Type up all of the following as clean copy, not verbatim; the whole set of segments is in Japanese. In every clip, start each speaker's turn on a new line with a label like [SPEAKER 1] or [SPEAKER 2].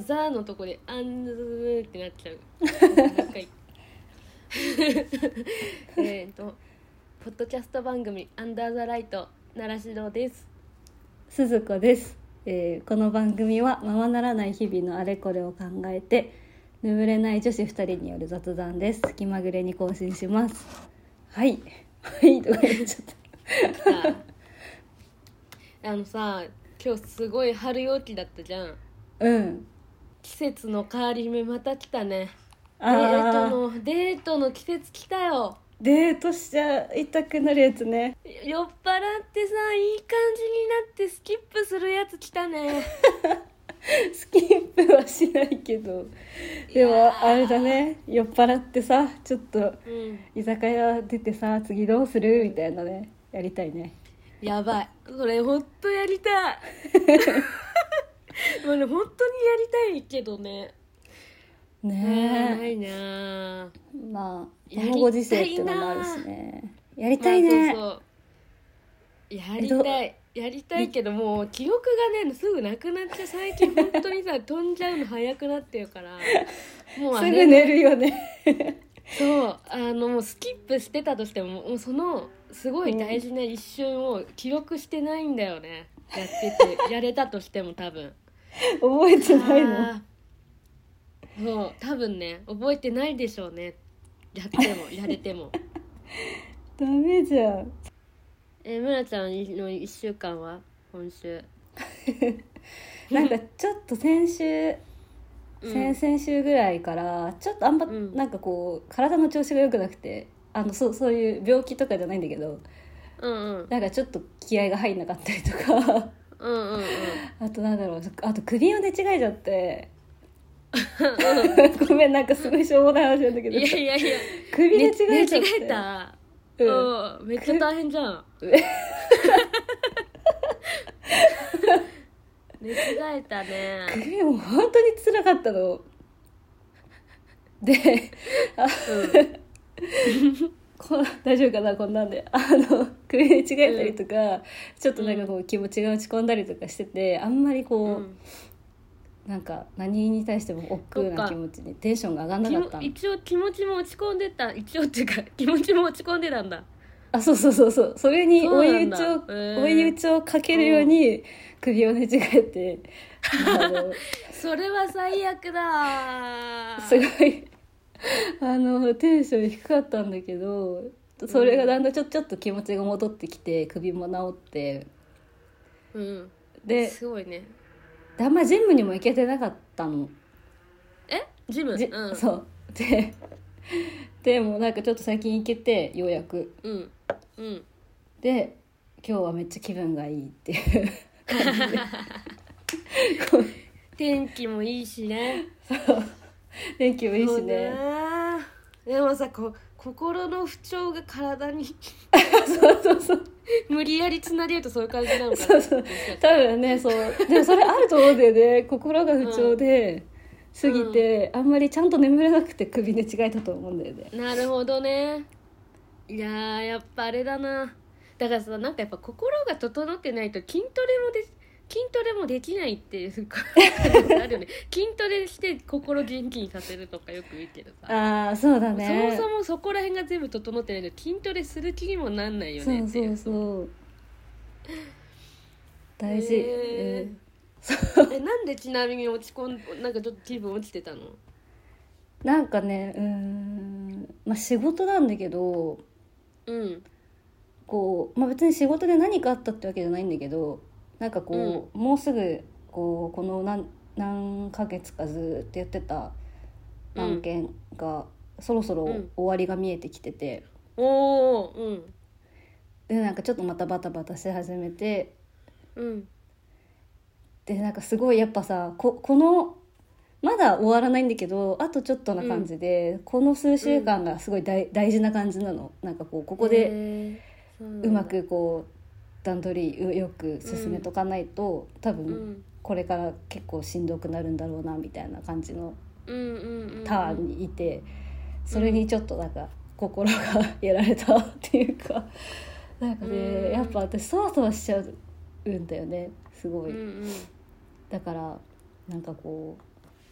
[SPEAKER 1] ザーのとこでアンズーってなっちゃうもう一回ポッドキャスト番組アンダーザライト習志郎です。
[SPEAKER 2] 鈴子です。この番組はままならない日々のあれこれを考えて眠れない女子2人による雑談です。気まぐれに更新します。はいはいとか言っちゃった
[SPEAKER 1] さ今日すごい春陽気だったじゃん。
[SPEAKER 2] うん。
[SPEAKER 1] 季節の変わり目また来たね。デートの季節来たよ。
[SPEAKER 2] デートしちゃいたくなるやつね。
[SPEAKER 1] 酔っ払ってさ、いい感じになってスキップするやつ来たね
[SPEAKER 2] スキップはしないけど、でもあれだね、酔っ払ってさ、ちょっと居酒屋出てさ、次どうするみたいなね、やりたいね。
[SPEAKER 1] やばい、それほんとやりたいもうね、本当にやりたいけどね。
[SPEAKER 2] ねえ、
[SPEAKER 1] ないな。
[SPEAKER 2] まあこのご時世ってのもあるしね。やりたいね、
[SPEAKER 1] まあ、そうやりたいけど、もう記憶がねすぐなくなっちゃう。最近本当にさ飛んじゃうの早くなってるからもうあれ、
[SPEAKER 2] すぐ寝るよね
[SPEAKER 1] そうもうスキップしてたとしても、もうそのすごい大事な一瞬を記録してないんだよね。やっててやれたとしても多分
[SPEAKER 2] 覚えてないの。
[SPEAKER 1] そう多分ね覚えてないでしょうね。やってもやれても
[SPEAKER 2] ダメじゃん。
[SPEAKER 1] 村ちゃんの1週間は今週
[SPEAKER 2] なんかちょっと先々週ぐらいからちょっとあんま、なんかこう体の調子が良くなくて、そういう病気とかじゃないんだけど、なんかちょっと気合が入んなかったりとかあとなんだろう、あと首を寝違えちゃってごめん、なんかすごいしょうもない話なんだけど、
[SPEAKER 1] いや
[SPEAKER 2] 首寝違えちゃって、
[SPEAKER 1] 寝違えた、めっちゃ大変じゃん寝違えたね。
[SPEAKER 2] 首も本当に辛かったので大丈夫かな、こんなんで首寝違えたりとか、ちょっとなんかこう気持ちが落ち込んだりとかしてて、あんまりこう、なんか何に対しても億劫な気持ちにテンションが上がんなかったの。
[SPEAKER 1] 一応気持ちも落ち込んでた、一応っていうか気持ちも落ち込んでたんだ。
[SPEAKER 2] あ、そう、それに追い打ちをかけるように首を寝違えて
[SPEAKER 1] それは最悪だ。
[SPEAKER 2] すごいテンション低かったんだけど、それがだんだんちょっと気持ちが戻ってきて、首も治って、
[SPEAKER 1] ですごいね。
[SPEAKER 2] であんまジムにも行けてなかったの。
[SPEAKER 1] ジム、
[SPEAKER 2] そうでもなんかちょっと最近行けて、ようやく、で今日はめっちゃ気分がいいっていう感じで
[SPEAKER 1] 天気もいいしね。
[SPEAKER 2] そう天気もいいしね。
[SPEAKER 1] でもさ、心の不調が体に
[SPEAKER 2] そう
[SPEAKER 1] 無理やりつなげるとそういう感じなのかな。
[SPEAKER 2] そう多分ね。そうでもそれあると思うんだよね。心が不調で、過ぎて、あんまりちゃんと眠れなくて首寝違えたと思うんだよね。
[SPEAKER 1] なるほどね。いやー、やっぱあれだな。だからさ、なんかやっぱ心が整ってないと筋トレもできないっていうかあるよね。筋トレして心元気にさせるとかよく言うけどさ、
[SPEAKER 2] そうだね。
[SPEAKER 1] そもそもそこら辺が全部整ってないと筋トレする気にもなんないよねっていう。
[SPEAKER 2] そう大事。
[SPEAKER 1] なんでちなみになんかちょっと気分落ちてたの？
[SPEAKER 2] なんかね、仕事なんだけど、こう、別に仕事で何かあったってわけじゃないんだけど、なんかこう、もうすぐこの何ヶ月かずっとやってた案件が、そろそろ終わりが見えてきてて、でなんかちょっとまたバタバタし始めて、でなんかすごいやっぱさ、このまだ終わらないんだけど、あとちょっとな感じで、この数週間がすごい大事な感じなの。なんかここでうまくこう段取りよく進めとかないと、多分これから結構しんどくなるんだろうなみたいな感じのターンにいて、それにちょっとなんか心がやられたっていうか、なんかね、やっぱ私そわそわしちゃうんだよね、すごい。だからなんかこ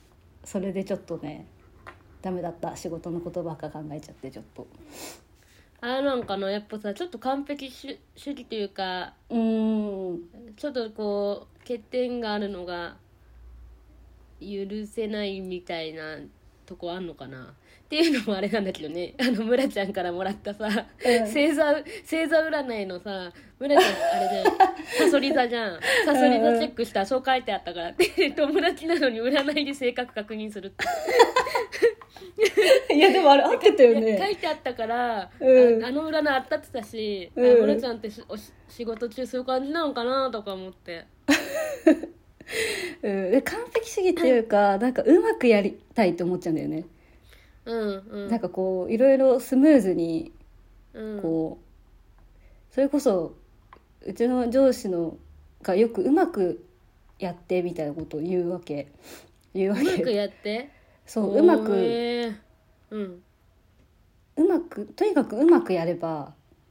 [SPEAKER 2] それでちょっとねダメだった。仕事のことばっか考えちゃってちょっと
[SPEAKER 1] あれなんかな、やっぱさちょっと完璧主義というか、ちょっとこう欠点があるのが許せないみたいなとこあんのかなっていうのもあれなんだけどね、村ちゃんからもらったさ、星座占いのさ、村ちゃんあれじゃん、さそり座じゃん、さそり座チェックしたらそう書いてあったからって友達なのに占いで性格確認するって
[SPEAKER 2] いやでもあれ合ってたよね。
[SPEAKER 1] 書いてあったから、あの占い当たってたし、村ちゃんって仕事中そういう感じなのかなとか思って
[SPEAKER 2] 完璧主義っていうか、なんかうまくやりたいって思っちゃうんだよね。なんかこういろいろスムーズにこう、それこそうちの上司がよくうまくやってみたいなことを言うわけ。
[SPEAKER 1] うまくやって、
[SPEAKER 2] そううまくとにかくうまくやれば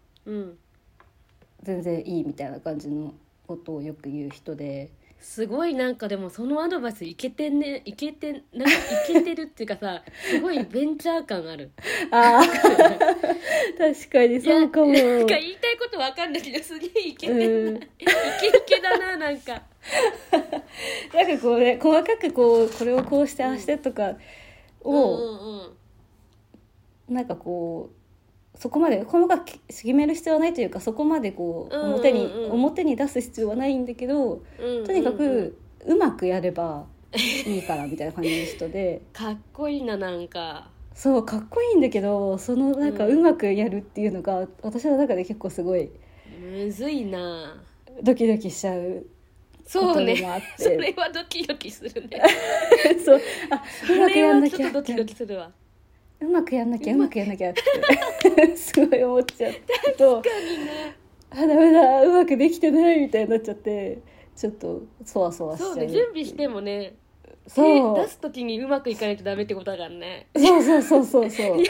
[SPEAKER 2] 全然いいみたいな感じのことをよく言う人で、
[SPEAKER 1] すごいなんかでもそのアドバイスいけてるっていうかさ、すごいベンチャー感ある
[SPEAKER 2] あ確かにそうかも。
[SPEAKER 1] なんか言いたいことわかんないけどすげえいけてる、イケだな、なんか
[SPEAKER 2] なんかこうね、細かくこれをこうしてああしてとかを、なんかこうそこまで細かく決める必要はないというか、そこまでこう表に出す必要はないんだけど、とにかくうまくやればいいからみたいな感じの人で
[SPEAKER 1] かっこいいな、なんか
[SPEAKER 2] そうかっこいいんだけど、そのなんかうまくやるっていうのが、私の中で結構すごい
[SPEAKER 1] むずいな、
[SPEAKER 2] ドキドキしちゃうことでもあって、
[SPEAKER 1] それはドキドキするね
[SPEAKER 2] そう、うまくやんなきゃ、
[SPEAKER 1] それはちょっとドキドキするわ、
[SPEAKER 2] うまくやんなきゃってすごい思っちゃってと、
[SPEAKER 1] 確かにね、
[SPEAKER 2] ダメだうまくできてないみたいになっちゃって、ちょっとそわそわしちゃう。
[SPEAKER 1] そうね、準備してもね、
[SPEAKER 2] そう
[SPEAKER 1] 出す時にうまくいかないとダメってことだからね。
[SPEAKER 2] そうそう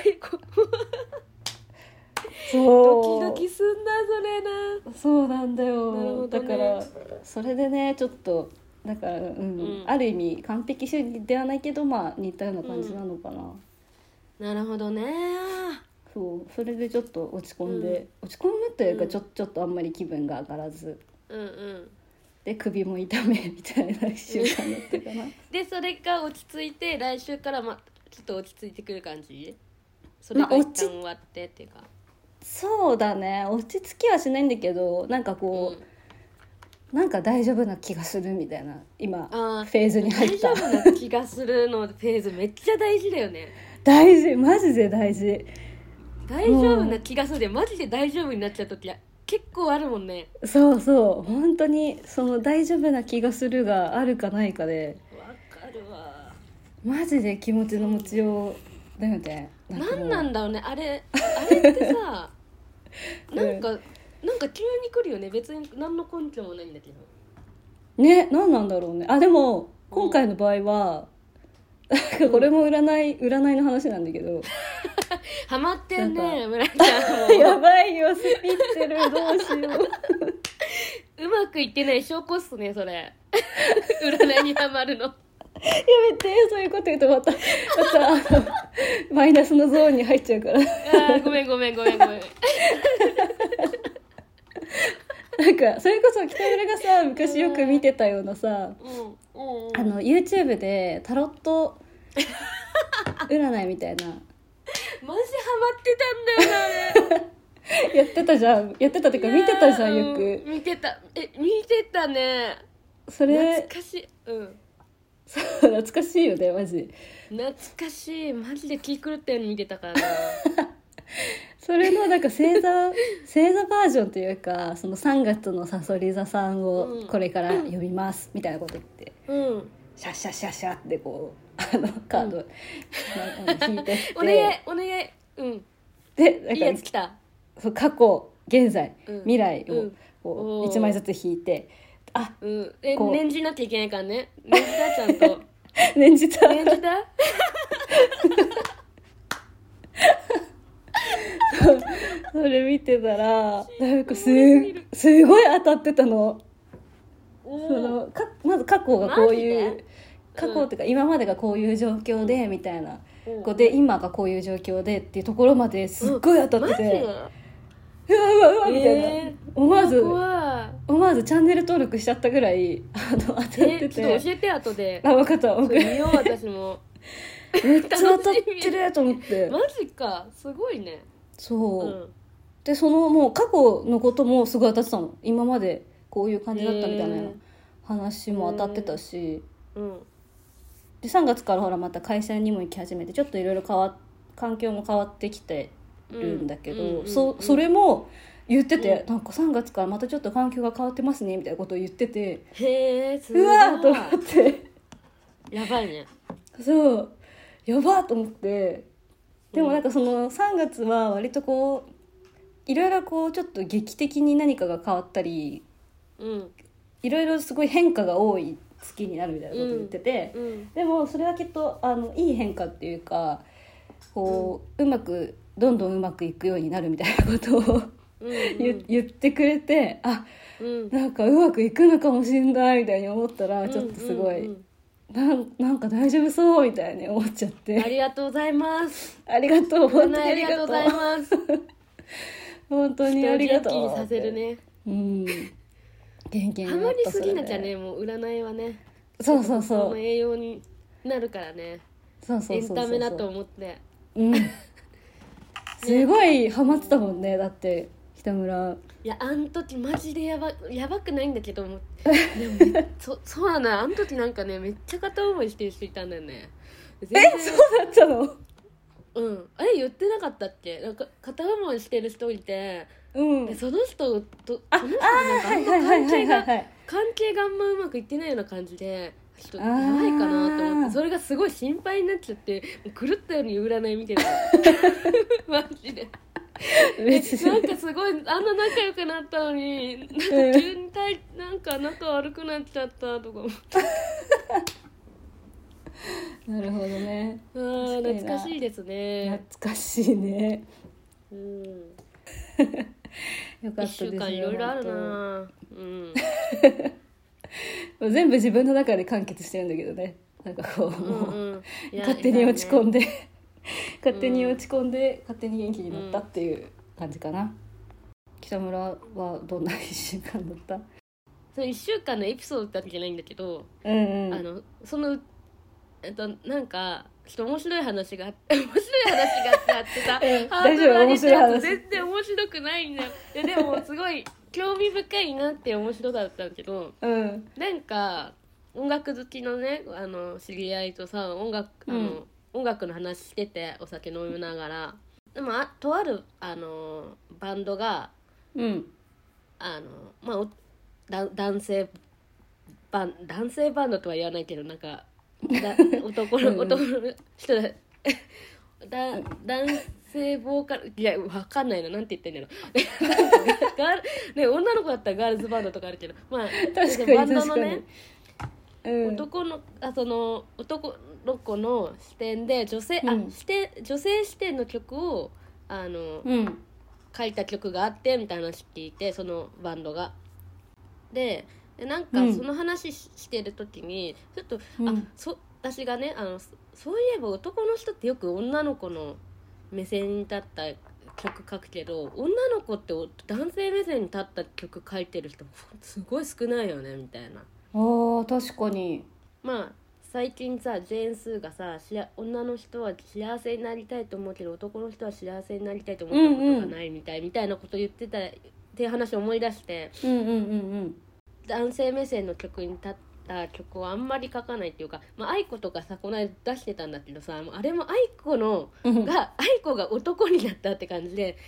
[SPEAKER 1] ドキドキすんだそれな。
[SPEAKER 2] そうなんだよ、
[SPEAKER 1] ね、
[SPEAKER 2] だからそれでねちょっとだから、ある意味完璧主義ではないけど、まあ似たような感じなのかな、
[SPEAKER 1] なるほどね。
[SPEAKER 2] それでちょっと落ち込むというか、ちょっとあんまり気分が上がらず、で首も痛めみたいな1週間だったかな
[SPEAKER 1] でそれが落ち着いて来週からちょっと落ち着いてくる感じ？それが一旦終わってっていうか、
[SPEAKER 2] そうだね、落ち着きはしないんだけど、なんかこう、なんか大丈夫な気がするみたいな今フェーズに入った。
[SPEAKER 1] 大丈夫な気がするのフェーズめっちゃ大事だよね。
[SPEAKER 2] 大事、マジで大事。
[SPEAKER 1] 大丈夫な気がするで、マジで大丈夫になっちゃう時結構あるもんね。
[SPEAKER 2] そう本当にその大丈夫な気がするがあるかないかで、
[SPEAKER 1] わかるわ、
[SPEAKER 2] マジで気持ちの持ちようだよね。
[SPEAKER 1] なんなんだろうね、あれってさなんか急に来るよね、別に何の根拠もないんだけど
[SPEAKER 2] ね、何なんだろうね。でも今回の場合は、これも占いの話なんだけど
[SPEAKER 1] ハマってんね村ちゃんも
[SPEAKER 2] やばいよ、スピってる、どうしよう
[SPEAKER 1] うまくいってない証拠っすねそれ占いにハマるの
[SPEAKER 2] やめて、そういうこと言うとまたマイナスのゾーンに入っちゃうから
[SPEAKER 1] ごめん
[SPEAKER 2] なんかそれこそ北村がさ昔よく見てたようなさ、YouTube でタロット占いみたいな
[SPEAKER 1] マジハマってたんだよなあれ
[SPEAKER 2] やってたっていうか見てたじゃん、よく
[SPEAKER 1] 見てたね。
[SPEAKER 2] それ
[SPEAKER 1] 懐かしい、
[SPEAKER 2] そう懐かしいよね、マジ
[SPEAKER 1] 懐かしい、マジで気狂ったように見てたからな
[SPEAKER 2] それのなんか星座バージョンというか、その3月のさそり座さんをこれから読みます、みたいなこと言って、シャッシャッシャッシャッってこうカード、引いてって
[SPEAKER 1] お願い、
[SPEAKER 2] でなんか
[SPEAKER 1] いいやつ来た。
[SPEAKER 2] そう過去現在、未来をこう1枚ずつ引いて、
[SPEAKER 1] 念じなきゃいけないからね。念じたちゃんと
[SPEAKER 2] 念じたそれ見てたらなんかすごい当たってたの。まず過去がこういう過去っていうか今までがこういう状況でみたいな子で今がこういう状況でっていうところまですっごい当たってて、うわうわうわみたいな、思わずチャンネル登録しちゃったぐらい当たってて、
[SPEAKER 1] ちょっと教えて後で。
[SPEAKER 2] 分かった、
[SPEAKER 1] 見よう私も。
[SPEAKER 2] めっちゃ当たってると思って
[SPEAKER 1] マジか、すごいね。
[SPEAKER 2] そう、でそのもう過去のこともすごい当たってたの。今までこういう感じだったみたいな話も当たってたし、で3月からほらまた会社にも行き始めてちょっといろいろ環境も変わってきてるんだけど、それも言ってて、なんか3月からまたちょっと環境が変わってますねみたいなことを言ってて、
[SPEAKER 1] へえ、すごい。
[SPEAKER 2] うわーと思って
[SPEAKER 1] やばいね。
[SPEAKER 2] そうやばーと思って、でもなんかその3月は割とこういろいろこうちょっと劇的に何かが変わったり、いろいろすごい変化が多い月になるみたいなことを言ってて、でもそれはきっといい変化っていうかこう、うまくどんどんうまくいくようになるみたいなことを言ってくれて、なんかうまくいくのかもしれないみたいに思ったらちょっとすごい、なんか大丈夫そうみたいに思っちゃって、
[SPEAKER 1] ありがとうございます。
[SPEAKER 2] ありがとう、本当に
[SPEAKER 1] ありがとうございます。
[SPEAKER 2] 本当にありがとう。
[SPEAKER 1] 元気にさせるね。
[SPEAKER 2] 元気になった。
[SPEAKER 1] ハマりすぎなきゃね、もう占いはね。
[SPEAKER 2] そう
[SPEAKER 1] 栄養になるからね。エンタメだと思って。
[SPEAKER 2] すごいハマってたもんね。だって北村。
[SPEAKER 1] いや、あん時マジでやばくないんだけども、でもそうだな、あん時なんかねめっちゃ片思いしてる人いたんだよね。
[SPEAKER 2] そうだったの？
[SPEAKER 1] あれ言ってなかったっけ？なんか片思いしてる人いて、でその人となんか関係があんまうまくいってないような感じで、ちょっとやばいかなと思って、それがすごい心配になっちゃって、狂ったように占い見てた。マジで。なんかすごいあんな仲良くなったのに、なんか急になんか仲悪くなっちゃったとか思って。
[SPEAKER 2] なるほどね。
[SPEAKER 1] 懐かしいですね。
[SPEAKER 2] 懐かしいね。よかったですよ。1
[SPEAKER 1] 週間いろいろあるな。
[SPEAKER 2] 全部自分の中で完結してるんだけどね。なんかこう、もう勝手に落ち込んで、勝手に落ち込んで、勝手に元気になったっていう感じかな。北村はどんな1週間だった？
[SPEAKER 1] それ1週間のエピソードだけじゃないんだけど、そのなんかちょっと面白い話があってさ、
[SPEAKER 2] 大丈夫？面白い話。
[SPEAKER 1] 全然面白くないんだよ。いやでもすごい興味深いなって面白だったんだけど、なんか音楽好きのね知り合いとさ音楽の話してて、お酒飲みながら、でもとあるバンドが、男性バンドとは言わないけど、なんか男の人だ男性ボーカル、いやわかんないな、なんて言ってんだろね、女の子だったらガールズバンドとかあるけど、まあバンドのね、男の子の視点で女性視点の曲を書いた曲があってみたいな話聞いて、そのバンドがでなんかその話してる時にちょっと、私がねそういえば男の人ってよく女の子の目線に立った曲書くけど、女の子って男性目線に立った曲書いてる人すごい少ないよねみたいな。
[SPEAKER 2] 確かに。
[SPEAKER 1] まあ最近さジェーン・スーがさ女の人は幸せになりたいと思うけど男の人は幸せになりたいと思ったことがないみたいなこと言ってたっていう話を思い出して、男性目線の曲に立った曲をあんまり書かないっていうか、愛子とかさこの間出してたんだけどさ、あれも愛子が男になったって感じで、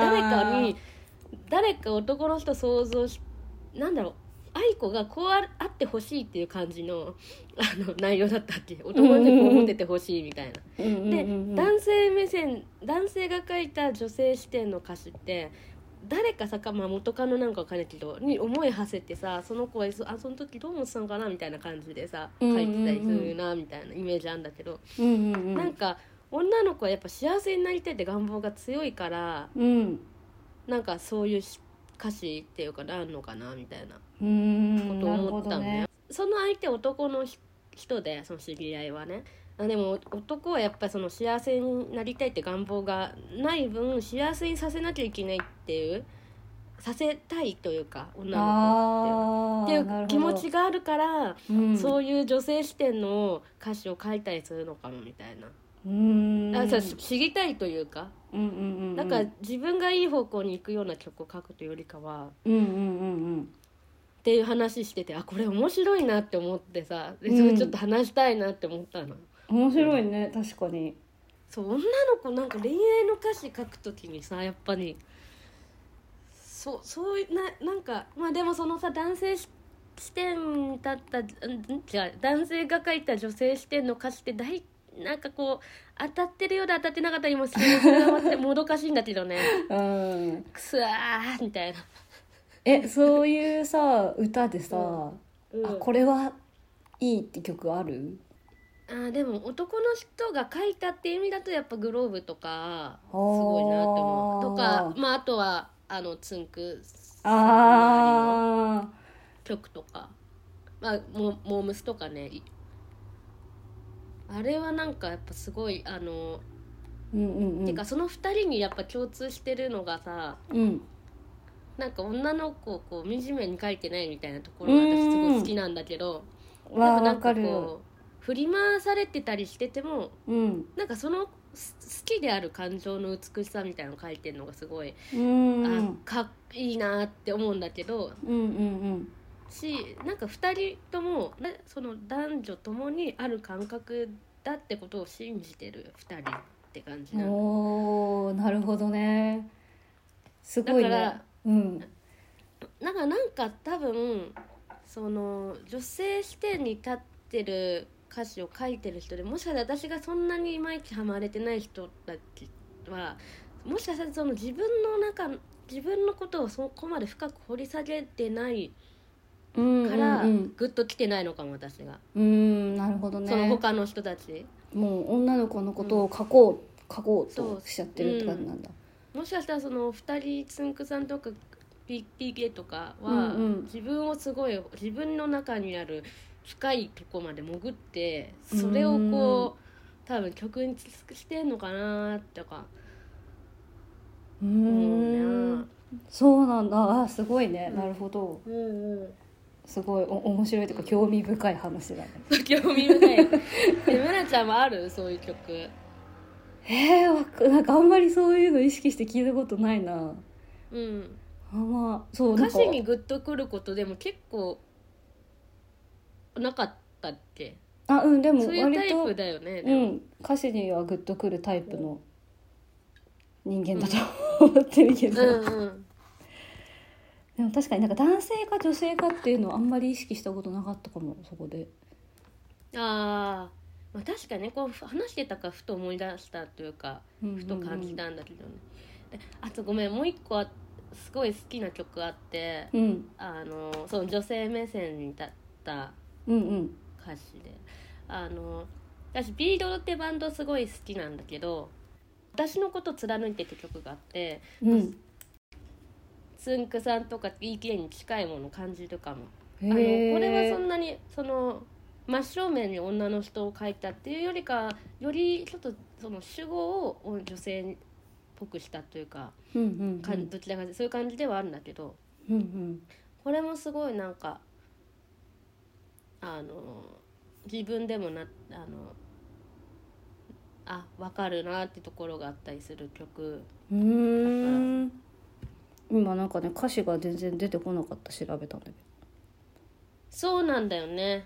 [SPEAKER 1] 誰か男の人想像し、なんだろう、愛子がこうあってほしいっていう感じの内容だったっけ。男の人こう思っててほしいみたいな。で男性が書いた女性視点の歌詞って誰かさ元カノなんかわかんないけどに思い馳せてさ、その子はその時どう思ってたのかなみたいな感じでさ書いてたりするなみたいなイメージあるんだけど、なんか女の子はやっぱ幸せになりたいって願望が強いから、なんかそういう歌詞っていうかあるのかなみたいなことを思ったんだよ。その相手男の人で、その知り合いはね。でも男はやっぱりその幸せになりたいって願望がない分、幸せにさせなきゃいけないっていう、させたいというか、女の子っていう気持ちがあるから、そういう女性視点の歌詞を書いたりするのかもみたいな。知りたいというか、だから自分がいい方向に行くような曲を書くというよりかは、っていう話してて、これ面白いなって思ってさ、それちょっと話したいなって思ったの。
[SPEAKER 2] 面白いね、確かに。
[SPEAKER 1] そう女の子なんか恋愛の歌詞書くときにさ、やっぱりそうなんかでもそのさ、男性視点だった男性が書いた女性視点の歌詞ってなんかこう当たってるようで当たってなかったりもするってもどかしいんだけどねくすわーみたいな。
[SPEAKER 2] そういうさ歌でさ、これはいいって曲ある？
[SPEAKER 1] でも男の人が書いたっていう意味だとやっぱグローブとかすごいなって思うとか、あとはつんくの曲とか、モームスとかね、あれはなんかやっぱすごいてかその2人にやっぱ共通してるのがさ、なんか女の子をこう惨めに書いてないみたいなところが私すごい好きなんだけど、やっぱなんかこう振り回されてたりしてても、なんかその好きである感情の美しさみたいなのを書いてるのがすごい、かっいいなって思うんだけど、なんか2人ともその男女ともにある感覚だってことを信じてる2人って感じなの。
[SPEAKER 2] なるほどね、すごいね。
[SPEAKER 1] だからなんか多分その女性視点に立ってる歌詞を書いてる人で、もしかしたら私がそんなにいまいちハマれてない人だけは、もしかしたらその自分のことをそこまで深く掘り下げてないからグッと来てないのかも、私が。
[SPEAKER 2] なるほどね。
[SPEAKER 1] その他の人たち
[SPEAKER 2] もう女の子のことを書こうとしちゃってるって感じなんだ。
[SPEAKER 1] もしかしたらその2人つんくさんとか PK とかは、自分をすごい自分の中にある深いとこまで潜ってそれをこう多分曲にしてんのかなとか思うね。
[SPEAKER 2] そうなんだ。すごいね、なるほど。すごい面白いというか興味深い話だね。
[SPEAKER 1] 興味深い。むなちゃんはある？そういう曲。
[SPEAKER 2] なんかあんまりそういうの意識して聞いたことないな。そう
[SPEAKER 1] 歌詞にグッとくることでも結構なかったっけ？
[SPEAKER 2] でも
[SPEAKER 1] そういうタイプだよね。
[SPEAKER 2] 歌詞にはグッとくるタイプの人間だと思ってるけど、でも確かになんか男性か女性かっていうのはあんまり意識したことなかったかも、そこで。
[SPEAKER 1] 確かにね、こう話してたからふと思い出したというか、ふと感じたんだけどね。あとごめん、もう一個すごい好きな曲あって、その女性目線に立った歌詞で、私ビードルってバンドすごい好きなんだけど、私のこと貫いてって曲があって、つんくさんとか EK に近いものを感じるかも。これはそんなにその真正面に女の人を描いたっていうよりか、よりちょっとその主語を女性っぽくしたというか、どちらかそういう感じではあるんだけど、これもすごいなんか自分でも分かるなってところがあったりする曲。
[SPEAKER 2] 今なんかね、歌詞が全然出てこなかった、調べたんだけど。
[SPEAKER 1] そうなんだよね。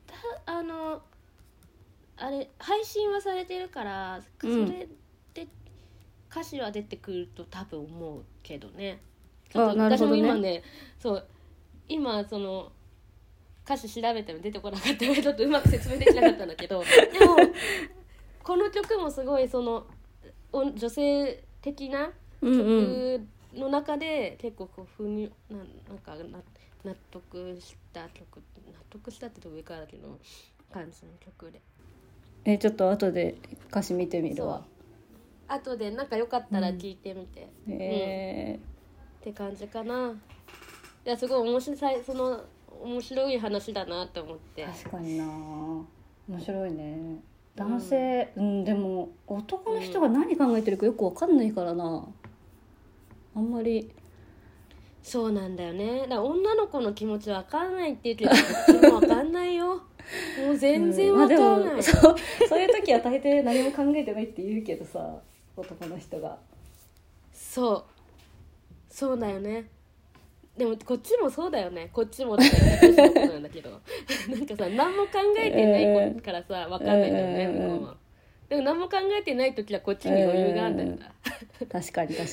[SPEAKER 1] あれ配信はされてるから、それで歌詞は出てくると多分思うけどね。ちょっと私も今ね、今その歌詞調べても出てこなかったからちょっとうまく説明できなかったんだけどでもこの曲もすごいその女性的な曲の中で結構こうなんか納得したってと上からだけど感じの曲で、
[SPEAKER 2] ちょっと後で歌詞見てみるわ。
[SPEAKER 1] 後でなんかよかったら聞いてみて、って感じかな。いやすごい面白い、その面白い話だなと思って。
[SPEAKER 2] 確かにな、面白いね。男性、でも男の人が何考えてるかよく分かんないからな、あんまり。
[SPEAKER 1] そうなんだよね。だから女の子の気持ち分かんないって言ってるけど、こっちも分かんないよ。もう全然分かんない、
[SPEAKER 2] そういう時は大抵何も考えてないって言うけどさ、男の人が。
[SPEAKER 1] そうだよね。でもこっちもそうだよね。こっちもだよね。私のことなんだけどなんかさ、何も考えてない子からさ、分かんないんだよね、向こうは。でも何も考えてない時はこっちに余裕があるんだよな、
[SPEAKER 2] 確かに考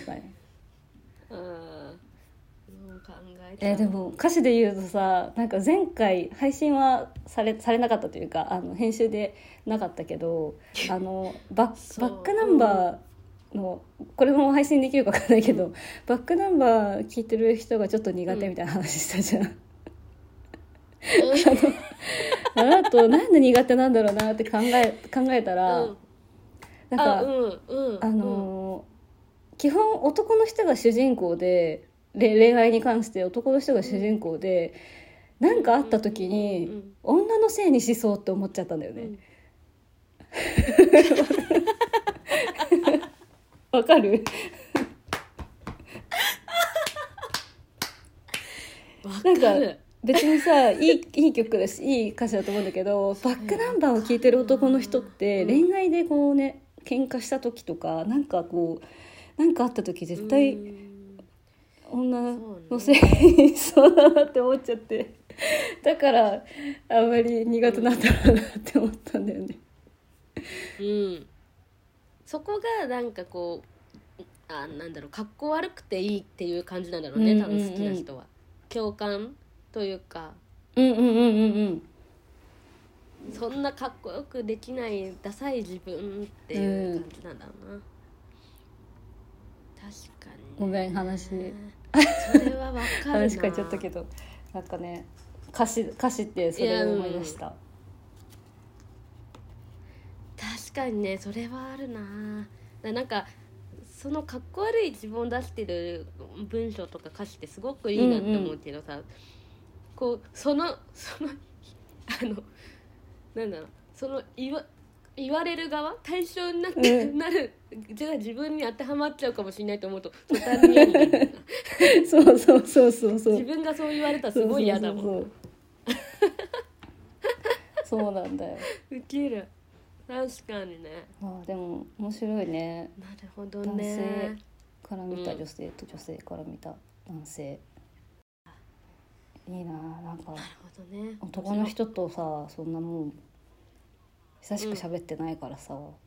[SPEAKER 1] えて
[SPEAKER 2] でも歌詞で言うとさ、なんか前回配信はされなかったというか、編集でなかったけど、バックナンバーの、これも配信できるか分かんないけど、バックナンバー聞いてる人がちょっと苦手みたいな話したじゃん、あとなんで苦手なんだろうなって考えたら、なんか、基本男の人が主人公で、恋愛に関して男の人が主人公で、何かあった時に女のせいにしそうって思っちゃったんだよね。わかる？なんか別にさ、いい曲だしいい歌詞だと思うんだけど、バックナンバーを聴いてる男の人って恋愛でこうね、喧嘩した時とか、なんかこうなんかあった時絶対女のせいにそうだなって思っちゃって、だからあんまり苦手なんだろうなって思ったんだよね。
[SPEAKER 1] そこがなんかこう、なんだろう、かっこ悪くていいっていう感じなんだろうね、多分好きな人は。共感というか、そんなかっこよくできないダサい自分っていう感じなんだろうな、確かに、ね、
[SPEAKER 2] ごめん話
[SPEAKER 1] それは分かるな
[SPEAKER 2] 話変えちゃったけど、なんかね、歌詞ってそれを思い出した。
[SPEAKER 1] 確かにね、それはあるな。なんかそのかっこ悪い自分を出してる文章とか歌詞ってすごくいいなって思うけどさ、こうそのなんだろう、その言われる側、対象になる、じゃあ自分に当てはまっちゃうかもしれないと思うと途端に嫌になる
[SPEAKER 2] そう
[SPEAKER 1] 自分がそう言われたらすごい嫌だもん。
[SPEAKER 2] そうなんだよ。
[SPEAKER 1] ウケる。確かにね。
[SPEAKER 2] でも面白いね。
[SPEAKER 1] なるほどね。
[SPEAKER 2] 男性から見た女性と女性から見た男性、いいな。なんか、ね、男の人とさ、そんなもん久しく喋ってないからさ、本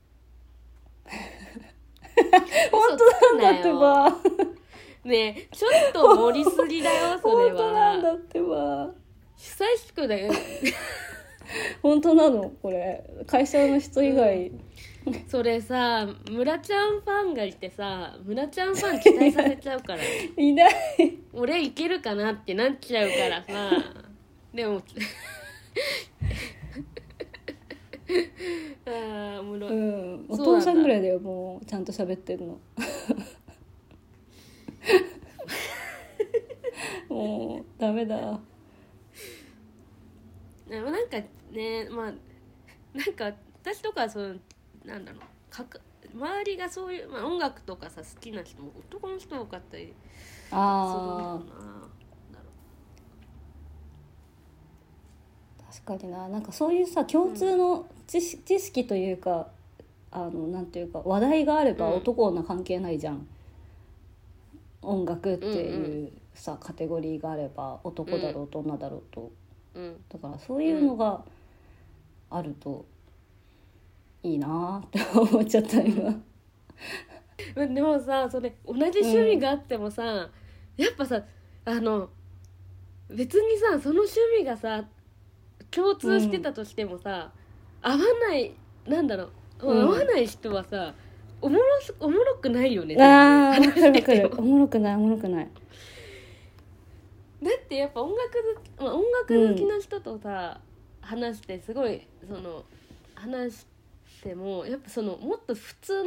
[SPEAKER 2] 当なんだってば
[SPEAKER 1] ねえ、ちょっと盛りすぎだよそれは。
[SPEAKER 2] 本当なんだってば、
[SPEAKER 1] 久しくだよ
[SPEAKER 2] 本当なのこれ、会社の人以外、
[SPEAKER 1] それさ、村ちゃんファンがいてさ、村ちゃんファン期待させちゃうから
[SPEAKER 2] いない、
[SPEAKER 1] 俺いけるかなってなっちゃうからさでもおもろい、
[SPEAKER 2] お父さんぐらいだよ、もうちゃんと喋ってんのもうダメだ。
[SPEAKER 1] でもなんかね、まあなんか私とかはそうなんだろう、周りがそういう、音楽とかさ好きな人も男の人多かったりするのかな。
[SPEAKER 2] 確かにな、なんかそういうさ共通の知識というか、なんていうか話題があれば男女関係ないじゃん、音楽っていうさ、カテゴリーがあれば男だろうと女だろうと、だからそういうのがあるといいなって思っちゃった今
[SPEAKER 1] でもさ、それ同じ趣味があってもさ、やっぱさ、別にさ、その趣味がさ共通してたとしてもさ、合わない、なんだろう、合わない人はさ、おもろくないよね。
[SPEAKER 2] わかるおもろくない
[SPEAKER 1] だってやっぱ音楽好きな人とさ、話してすごい話しても、やっぱもっと普通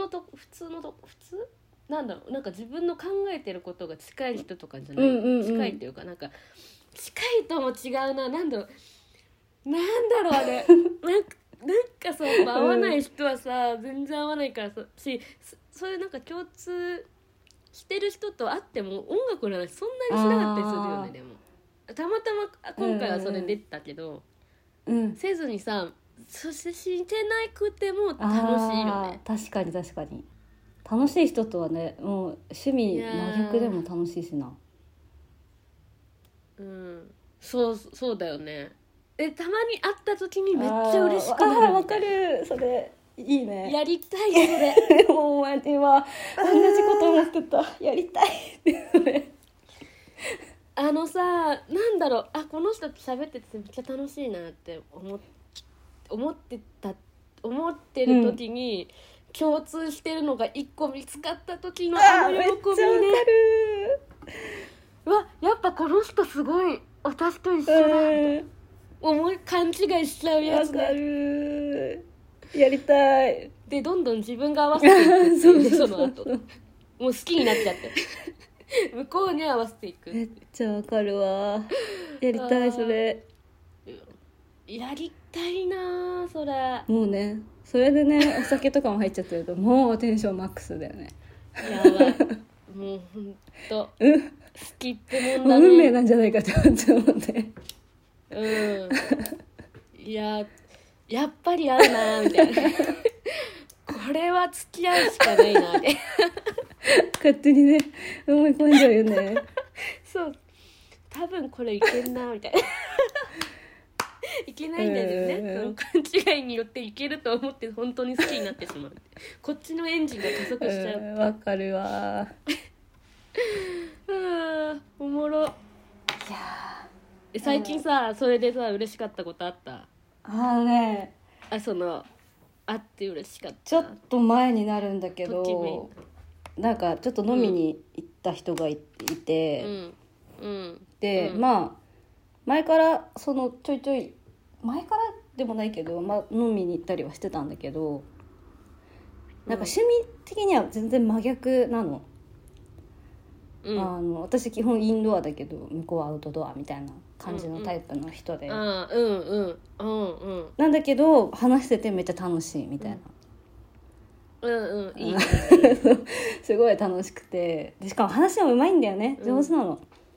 [SPEAKER 1] なんだろう、なんか自分の考えてることが近い人とかじゃない、近いっていうか、なんか近いとも違うな。なんだろうあれなんかさ、合わない人はさ、全然合わないからさそういうなんか共通してる人と会っても音楽の話そんなにしなかったりするよね。でもたまたま今回はそれ出たけど、せずにさ、そしてしてなくても楽しいよね。
[SPEAKER 2] 確かに楽しい人とはね、もう趣味真逆でも楽しいしな。
[SPEAKER 1] そうだよね。たまに会った時にめっちゃ嬉しくなるみたいな。
[SPEAKER 2] わかる、それいいね。
[SPEAKER 1] やりたいそれ
[SPEAKER 2] もうマジは同じこと思ってた。やりたいって
[SPEAKER 1] さ、なんだろう、この人と喋っててめっちゃ楽しいなって思ってる時に、共通してるのが一個見つかった時の喜びね。
[SPEAKER 2] めっちゃわかる。
[SPEAKER 1] やっぱこの人すごい私と一緒だ、勘違いしちゃうやつね。
[SPEAKER 2] わかる。やりたい。
[SPEAKER 1] でどんどん自分が合わせていくっていうねその後もう好きになっちゃって向こうに合わせていく。
[SPEAKER 2] めっちゃわかるわ。やりたいそれ。
[SPEAKER 1] やりたいなそれ。
[SPEAKER 2] もうね、それでねお酒とかも入っちゃってるともうテンションマックスだよね。
[SPEAKER 1] やばいもうほんと好きってもんだね。
[SPEAKER 2] 運命なんじゃないかって思っちゃうもんね。
[SPEAKER 1] やっぱり合うなみたいなこれは付き合うしかないなって
[SPEAKER 2] 勝手にね思い込んじゃうよね。
[SPEAKER 1] そう、多分これいけんなみたいないけないんだけどね、その勘違いによっていけると思って本当に好きになってしまうこっちのエンジンが加速しちゃう。
[SPEAKER 2] わかるわ。
[SPEAKER 1] おもろ。いや最近さ、それでさ嬉しかったことあった？
[SPEAKER 2] ね、
[SPEAKER 1] その会って嬉しかった。
[SPEAKER 2] ちょっと前になるんだけど、なんかちょっと飲みに行った人がいて、で、まあ前からそのちょいちょい前からでもないけど、飲みに行ったりはしてたんだけど、なんか趣味的には全然真逆なの。私基本インドアだけど向こうはアウトドアみたいな感じのタイプの人で、なんだけど話しててめっちゃ楽しいみたいな、いいすごい楽しくて、でしかも話もうまいんだよね、上手なの。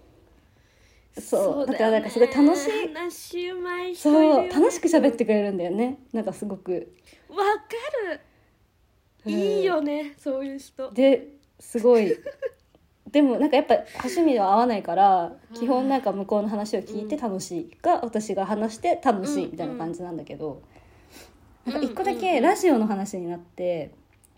[SPEAKER 2] そうだからなんかすごい楽しい、
[SPEAKER 1] 話うまい人
[SPEAKER 2] そ
[SPEAKER 1] いるよね。
[SPEAKER 2] う楽しく喋ってくれるんだよね。なんかすごく
[SPEAKER 1] わかる、いいよねそういう人
[SPEAKER 2] ですごいでもなんかやっぱ趣味は合わないから基本なんか向こうの話を聞いて楽しいか、私が話して楽しいみたいな感じなんだけど、なんか一個だけラジオの話になって、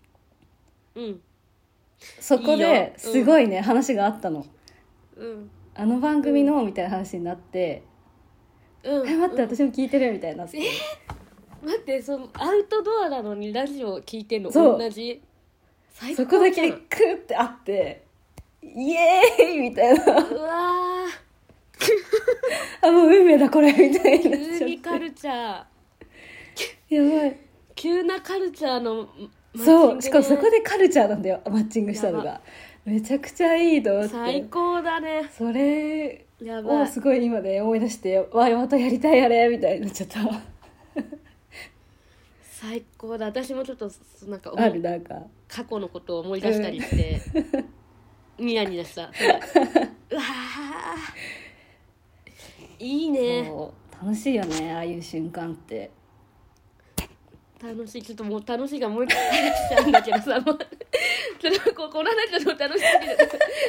[SPEAKER 2] そこですごいね話があったの。あの番組のみたいな話になって、待って私も聞いてるみたいになって、
[SPEAKER 1] 待って、そのアウトドアなのにラジオ聞いてんの同じ。
[SPEAKER 2] そこだけクーってあってイエーイみたいな、
[SPEAKER 1] うわ
[SPEAKER 2] もう運命だこれみたいな。
[SPEAKER 1] 急にカルチャ
[SPEAKER 2] ーやばい、
[SPEAKER 1] 急なカルチャーのマッチング、ね、
[SPEAKER 2] そうしかもそこでカルチャーなんだよ、マッチングしたのがめちゃくちゃいいと思って。
[SPEAKER 1] 最高だね。
[SPEAKER 2] それをすごい今で思い出して、わまたやりたいあれみたいになっちゃった
[SPEAKER 1] 最高だ。私もちょっとなんか過去のことを思い出したりして、ニヤニヤした。うわいいね。
[SPEAKER 2] そう楽しいよね、ああいう瞬間って。
[SPEAKER 1] 楽しい。ちょっともう楽しいがもう一回しちゃうんだけどさもうちょっとこの話ちょっと楽しすぎる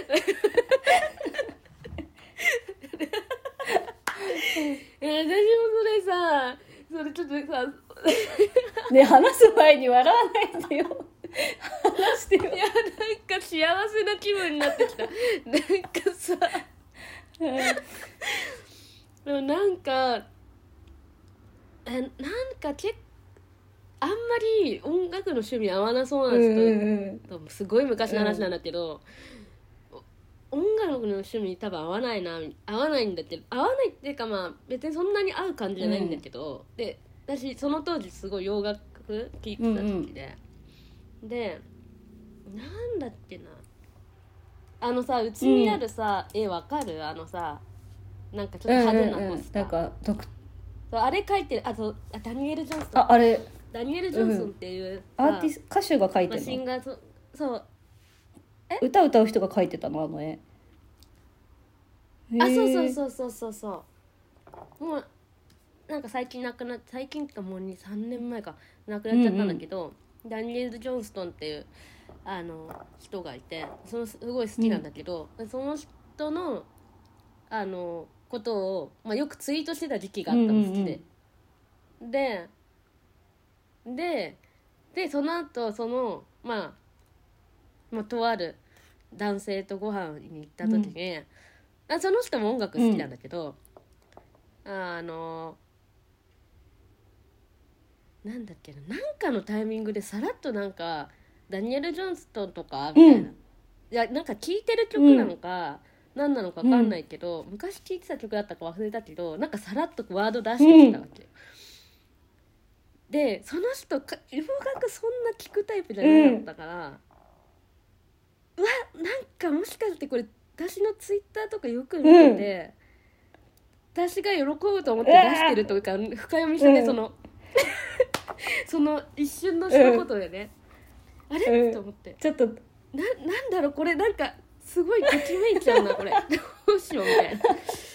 [SPEAKER 1] 私もそれちょっとさ
[SPEAKER 2] ね、話す前に笑わないでよ話してよ。いや、
[SPEAKER 1] なんか幸せな気分になってきたなんかさでもなんかあんまり音楽の趣味合わなそうな人と、すごい昔の話なんだけど、音楽の趣味多分合わないんだけど、合わないっていうか別にそんなに合う感じじゃないんだけど、で私その当時すごい洋楽聴いてた時で、なんだっけな、さうちにあるさ、わかる？ なんかちょっと派手なポスター、
[SPEAKER 2] なんか
[SPEAKER 1] あれ書いてる、ダニエル・ジョンソン、
[SPEAKER 2] あれ
[SPEAKER 1] ダニエル・ジョンソンっていう
[SPEAKER 2] アーティスト歌手が書いて
[SPEAKER 1] シン
[SPEAKER 2] る
[SPEAKER 1] ガーそう
[SPEAKER 2] 歌歌う人が書いてたのあの絵。
[SPEAKER 1] そうもうなんか最近ってかもう3年前か亡くなっちゃったんだけど、ダニエル・ジョンストンっていう人がいて、すごい好きなんだけど、その人のことを、よくツイートしてた時期があったの、好きで、でその後とある男性とご飯に行った時に、その人も音楽好きなんだけど、なんだっけな、なんかのタイミングでさらっとなんかダニエル・ジョンストンとかみたいな、いやなんか聴いてる曲なのか、何なのか分かんないけど、昔聴いてた曲だったか忘れたけど、なんかさらっとワード出してきたわけ、でその人洋楽そんな聴くタイプじゃなかったから、なんかもしかしてこれ私のツイッターとかよく見てて、私が喜ぶと思って出してるというか、深読みしてて、その一瞬の一言でね、あれ、と思って、
[SPEAKER 2] ちょっと
[SPEAKER 1] なんだろうこれ、なんかすごいときめいちゃうなこれどうしようみたいな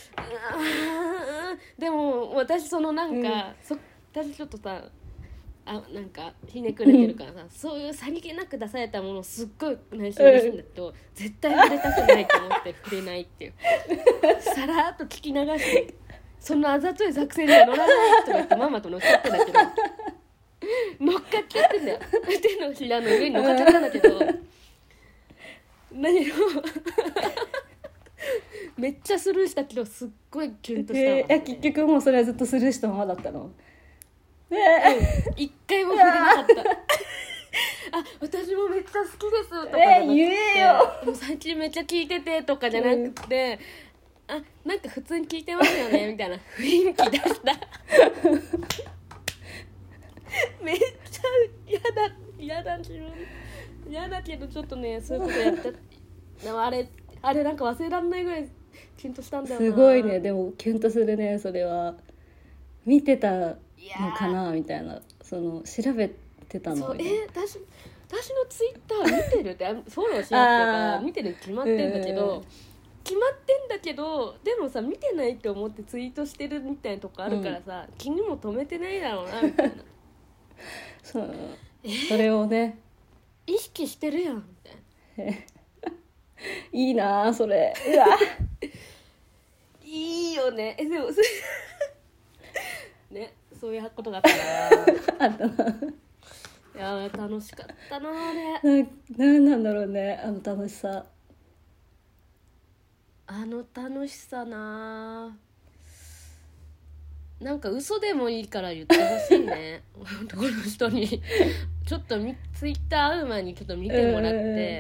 [SPEAKER 1] でも私なんか、私ちょっとさなんかひねくれてるからさ、そういうさりげなく出されたものをすっごい内心嬉しいんだけど、絶対触れたくないと思って触れないっていうさらっと聞き流して、そんなあざとい作戦には乗らないとか言ってママと乗っかってんだけど乗っかっちゃってんだよ、手のひらの上に乗っかっちゃったんだけど何をめっちゃスルーしたけど、すっごいキュンとしたわ、
[SPEAKER 2] 結局もうそれはずっとスルーしたままだったの。
[SPEAKER 1] 一回も触れなかった私もめっちゃ好きですとかじゃなくて、
[SPEAKER 2] 言えよ
[SPEAKER 1] もう最近めっちゃ聞いててとかじゃなくて、なんか普通に聞いてますよねみたいな雰囲気出しためっちゃ嫌だ自分嫌だけど、ちょっとねそういうことやったでもあれなんか忘れられないぐらいキュンとしたんだよな。
[SPEAKER 2] すごいね、でもキュンとするね、それは。見てたのかなみたいな、調べてたの。
[SPEAKER 1] そう私のツイッター見てるってフォローしようっていうか見てる決まってんだけど、でもさ見てないって思ってツイートしてるみたいなとこあるからさ、気にも留めてないだろうなみたいな
[SPEAKER 2] それをね
[SPEAKER 1] 意識してるやんみたいな。
[SPEAKER 2] いいなそれ。うわ
[SPEAKER 1] いいよね。でもね、そういうことがあったな
[SPEAKER 2] あったな。
[SPEAKER 1] いや楽しかったなあれ。
[SPEAKER 2] なんなんだろうね、楽しさ。
[SPEAKER 1] 楽しさな、なんか嘘でもいいから言ってほしいね男の人にちょっとツイッター会う前にちょっと見てもらって、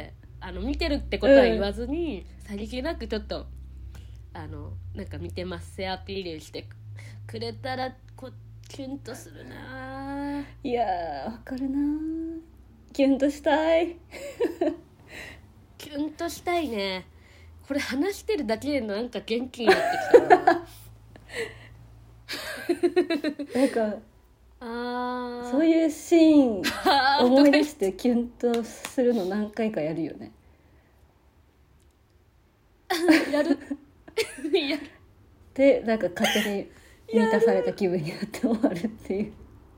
[SPEAKER 1] 見てるってことは言わずに、さりげなくちょっとなんか見てますせアピールしてくれたらキュンとするな。
[SPEAKER 2] いやーわかるな、キュンとしたい
[SPEAKER 1] キュンとしたいね。これ話してるだけでなんか元気になってきたな
[SPEAKER 2] なんかそういうシーン思い出してキュンとするの何回かやるよね
[SPEAKER 1] やる
[SPEAKER 2] でなんか勝手に満たされた気分になって終わるっていう。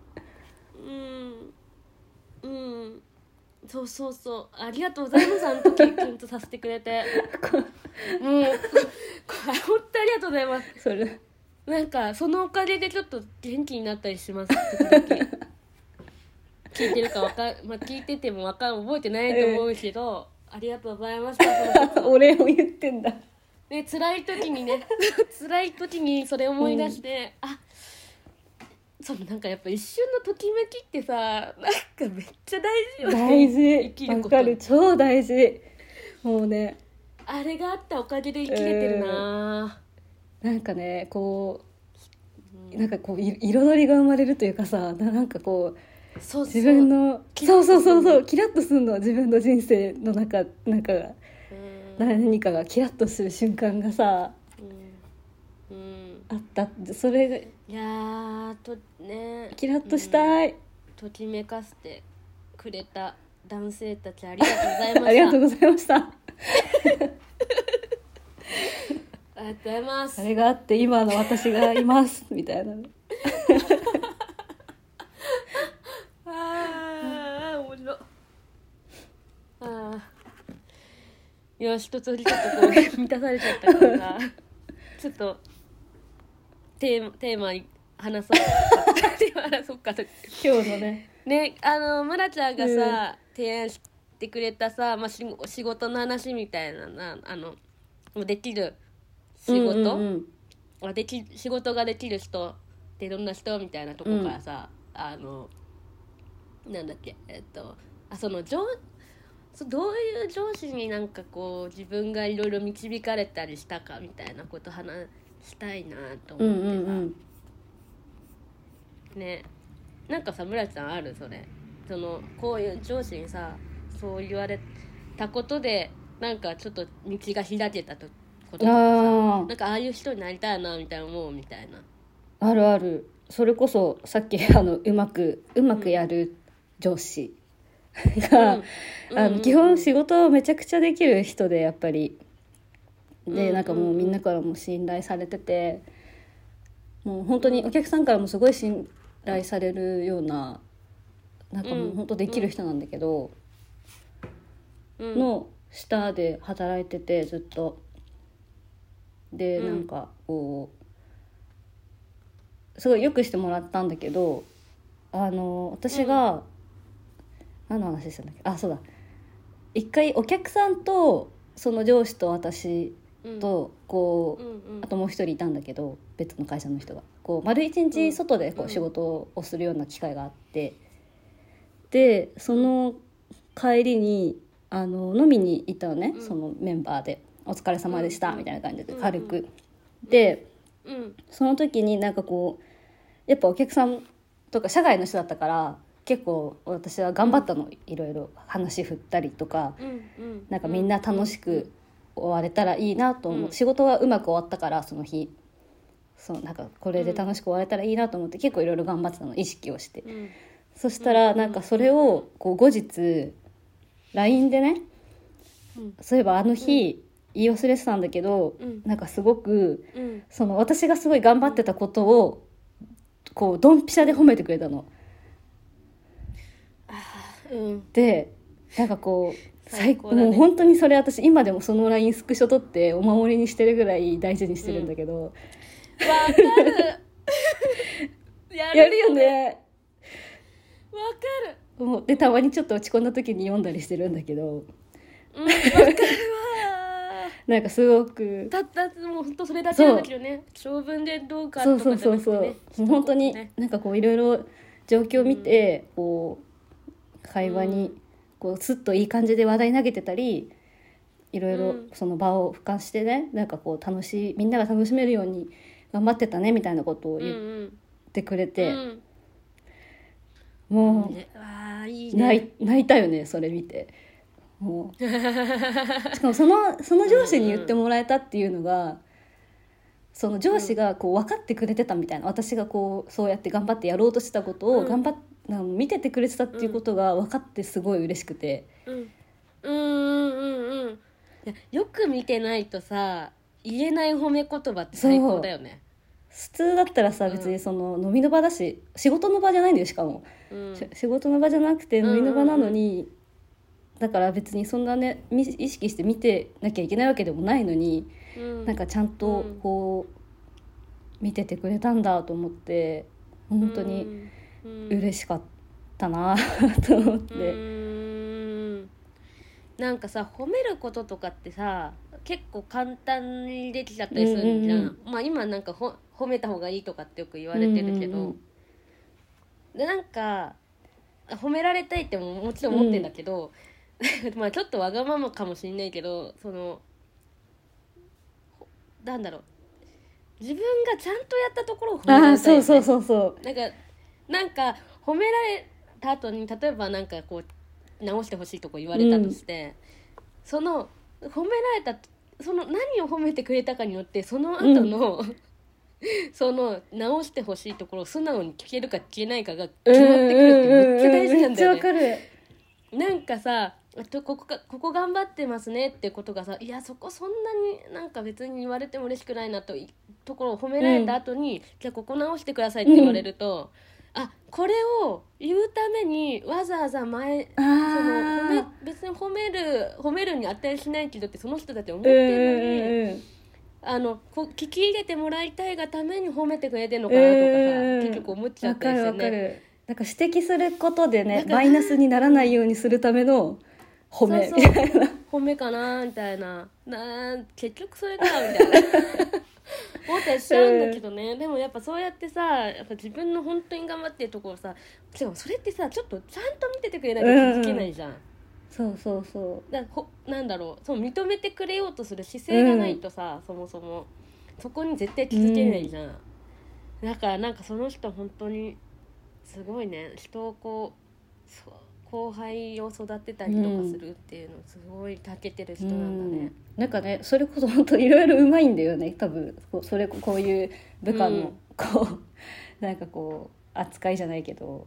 [SPEAKER 1] そうありがとうございます。あの時キュンとさせてくれてもう本当ありがとうございます。
[SPEAKER 2] それ
[SPEAKER 1] なんかそのおかげでちょっと元気になったりします時々聞いてるか聞いてても覚えてないと思うけど、ありがとうございました
[SPEAKER 2] お礼を言ってんだ
[SPEAKER 1] ね。辛い時にそれ思い出して、なんかやっぱ一瞬のときめきってさ、なんかめっちゃ大事よね。
[SPEAKER 2] 大事、
[SPEAKER 1] 生きること
[SPEAKER 2] わかる、超大事。もうね、
[SPEAKER 1] あれがあったおかげで生きれてるな、
[SPEAKER 2] なんかねこう、なんかこう彩りが生まれるというかさ、なんかこう自分のそうキラッとするのは自分の人生の中が何かがキラッとする瞬間がさ、 あった。それが
[SPEAKER 1] いやーとね、
[SPEAKER 2] キラッとしたい、
[SPEAKER 1] ときめかせてくれた男性たちありがとうございました
[SPEAKER 2] ありがとうございました
[SPEAKER 1] ありがとうございます。
[SPEAKER 2] あれがあって今の私がいますみたいなね
[SPEAKER 1] あー面白い。あーよし、一つちょっとこう満たされちゃったからさちょっとテーマ話そうかと
[SPEAKER 2] 今日のね
[SPEAKER 1] ね、村ちゃんがさ、提案してくれたさ、まあ、仕事の話みたいなできる仕事、仕事ができる人ってどんな人みたいなとこからさ、なんだっけそのどういう上司になんかこう自分がいろいろ導かれたりしたかみたいなこと話したいなと思ってさ、ね、なんかさ村ちゃんあるそれこういう上司にさそう言われたことでなんかちょっと道が開けたこととかさ、なんかああいう人になりたいなみたいな思うみたいな。
[SPEAKER 2] あるある。それこそさっきうまくやる上司が、基本仕事をめちゃくちゃできる人でやっぱりで、なんかもうみんなからも信頼されてて、もう本当にお客さんからもすごい信頼されるような、なんかもう本当できる人なんだけど、の下で働いててずっとで、なんかこうすごいよくしてもらったんだけど、私が、何の話したんだっけ、あ、そうだ、一回お客さんとその上司と私とこう、あともう一人いたんだけど、別の会社の人がこう丸一日外でこう仕事をするような機会があって、でその帰りに飲みに行ったのね、そのメンバーでお疲れ様でしたみたいな感じで軽く、でその時になんかこうやっぱお客さんとか社外の人だったから結構私は頑張ったの、いろいろ話振ったりとか、なんかみんな楽しく終われたらいいなと思う、仕事はうまく終わったからその日、そうなんかこれで楽しく終われたらいいなと思って結構いろいろ頑張ってたの、意識をして、そしたらなんかそれをこう後日 LINE でね、そういえばあの日言い忘れてたんだけど、なんかすごく、その私がすごい頑張ってたことをこうドンピシャで褒めてくれたの、でなんかこう最高だね、もう本当にそれ私今でもその LINE スクショ撮ってお守りにしてるぐらい大事にしてるんだけど、
[SPEAKER 1] わかる
[SPEAKER 2] やるよね、
[SPEAKER 1] わか
[SPEAKER 2] る。でたまにちょっと落ち込んだ時に読んだりしてるんだけど、
[SPEAKER 1] わかるわ
[SPEAKER 2] なんかすごく
[SPEAKER 1] たったもう本当それだけなんだけどね、長文でどうかとかじゃなくてね、
[SPEAKER 2] もう本当になんかこういろいろ状況を見て、こう会話にこうスッといい感じで話題投げてたり、いろいろその場を俯瞰してね、なんかこうみんなが楽しめるように頑張ってたねみたいなことを言ってくれて、もう
[SPEAKER 1] いいね、
[SPEAKER 2] 泣いたよねそれ見て。もうしかもその上司に言ってもらえたっていうのが、その上司がこう分かってくれてたみたいな、私がこうそうやって頑張ってやろうとしたことを見ててくれてたっていうことが分かってすごい嬉しくて、
[SPEAKER 1] よく見てないとさ言えない褒め言葉って最高だよね。
[SPEAKER 2] 普通だったらさ、別にその飲みの場だし、仕事の場じゃないんだよ、しかも、仕事の場じゃなくて飲みの場なのに、だから別にそんなね意識して見てなきゃいけないわけでもないのに、なんかちゃんとこう見ててくれたんだと思って、本当に嬉しかったなと思って、
[SPEAKER 1] なんかさ褒めることとかってさ結構簡単にできちゃったりするじゃん、まあ今なんか褒めた方がいいとかってよく言われてるけど、でなんか褒められたいってもちろん思ってんだけど、まあちょっとわがままかもしんないけど、なんだろう、自分がちゃんとやったところを褒められたいよね。
[SPEAKER 2] そう
[SPEAKER 1] なんか褒められた後に例えばなんかこう直してほしいとこ言われたとして、その褒められたその何を褒めてくれたかによってその後の、 その直してほしいところを素直に聞けるか聞けないかが決まってくるってめっちゃ大事なんだよね。
[SPEAKER 2] めっちゃわかる。
[SPEAKER 1] なんかさここ頑張ってますねってことがさ、いやそこそんなになんか別に言われても嬉しくないなところを褒められた後に、じゃあここ直してくださいって言われると、あこれを言うためにわざわざ別に褒めるに値しないけどってその人だって思ってるのに、聞き入れてもらいたいがために褒めてくれてるのかなとかさ、結局思っちゃったりしてね。
[SPEAKER 2] わかる。なんか指摘することでねマイナスにならないようにするための褒めみたいな、
[SPEAKER 1] 褒めかなみたいな、結局それかみたいな思ったりしちゃうんだけどね、でもやっぱそうやってさ、やっぱ自分の本当に頑張ってるところさ、でもそれってさちょっとちゃんと見ててくれないと気づけないじゃん、
[SPEAKER 2] そう
[SPEAKER 1] なんだろう、そう認めてくれようとする姿勢がないとさ、そもそもそこに絶対気づけないじゃん、だからなんかその人本当にすごいね、人をこう後輩を育てたりとかするっていうのすごい長けてる人なんだね、
[SPEAKER 2] なんかねそれこそ本当いろいろうまいんだよね多分。こういう部下のなんかこう扱いじゃないけど、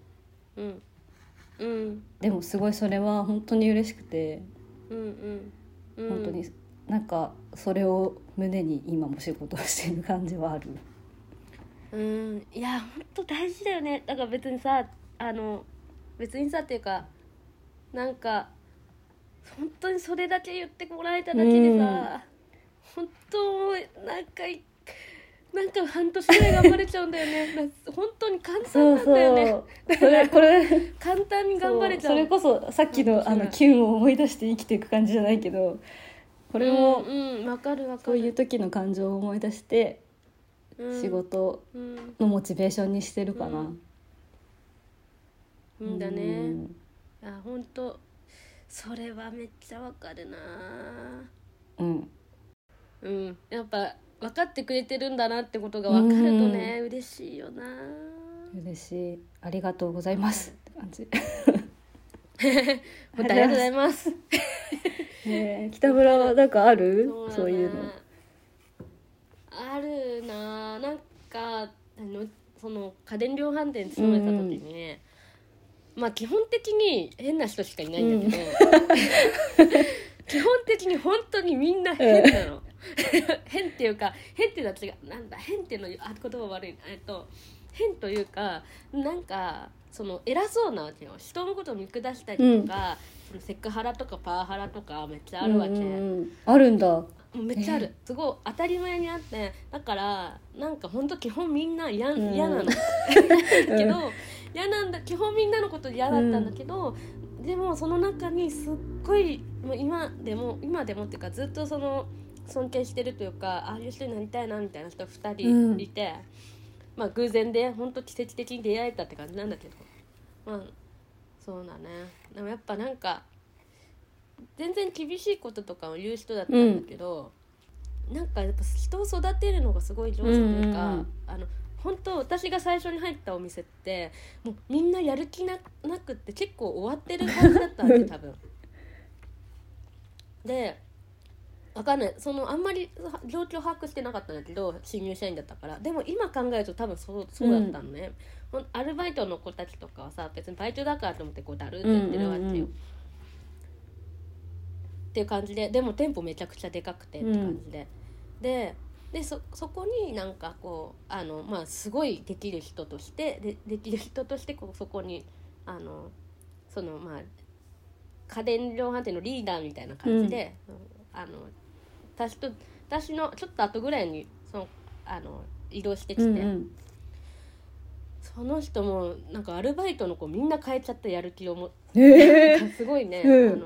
[SPEAKER 2] でもすごいそれは本当に嬉しくて、本当になんかそれを胸に今も仕事をしている感じはある。
[SPEAKER 1] いや本当大事だよね。だから別にさっていうか、なんか本当にそれだけ言ってもらえただけでさ、本当なんか半年ぐらい頑張れちゃうんだよね本当に簡単なんだよね。これ簡単に頑張れちゃう。
[SPEAKER 2] それこそさっきのキュンを思い出して生きていく感じじゃないけど、これも
[SPEAKER 1] わかる
[SPEAKER 2] そういう時の感情を思い出して仕事のモチベーションにしてるかな。
[SPEAKER 1] だね。本当それはめっちゃわかるな。やっぱ分かってくれてるんだなってことが分かるとね、嬉しいよな。
[SPEAKER 2] 嬉しい、ありがとうございますって感じ
[SPEAKER 1] 本当ありがとうございます
[SPEAKER 2] 北村はなんかある？そういうの
[SPEAKER 1] あるな。なんかその家電量販店に勤めた時にね、まあ基本的に変な人しかいないんだけど、基本的に本当にみんな変なの変っていうか、変っていうのは違う、なんだ変っていうの言葉悪い、変というか、なんかその偉そうなわけよ。人のことを見下したりとか、そのセクハラとかパワハラとかめっちゃあるわけ、
[SPEAKER 2] あるんだ。
[SPEAKER 1] めっちゃある、すごい当たり前にあって、だからなんかほんと基本みんな嫌なのけど、嫌なんだ、基本みんなのこと嫌だったんだけど、でもその中にすっごいもう今でもっていうかずっとその尊敬してるというか、ああいう人になりたいなみたいな人2人いて、まあ偶然で本当奇跡的に出会えたって感じなんだけど、まあそうだね。でもやっぱなんか全然厳しいこととかを言う人だったんだけど、なんかやっぱ人を育てるのがすごい上手というか、本当私が最初に入ったお店ってもうみんなやる気なくって結構終わってる感じだったんで多分でわかんない、そのあんまり状況把握してなかったんだけど、新入社員だったから。でも今考えると多分そうだったのね、アルバイトの子たちとかはさ、別にバイトだからと思ってこうだるって言ってるわけよ、っていう感じで、でも店舗めちゃくちゃでかくてって感じで、でそこになんかこうまあすごいできる人としてこうそこにそのまあ家電量販店のリーダーみたいな感じで、私のちょっと後ぐらいに移動してきて、その人もなんかアルバイトの子みんな変えちゃった、やる気を持って、すごいね、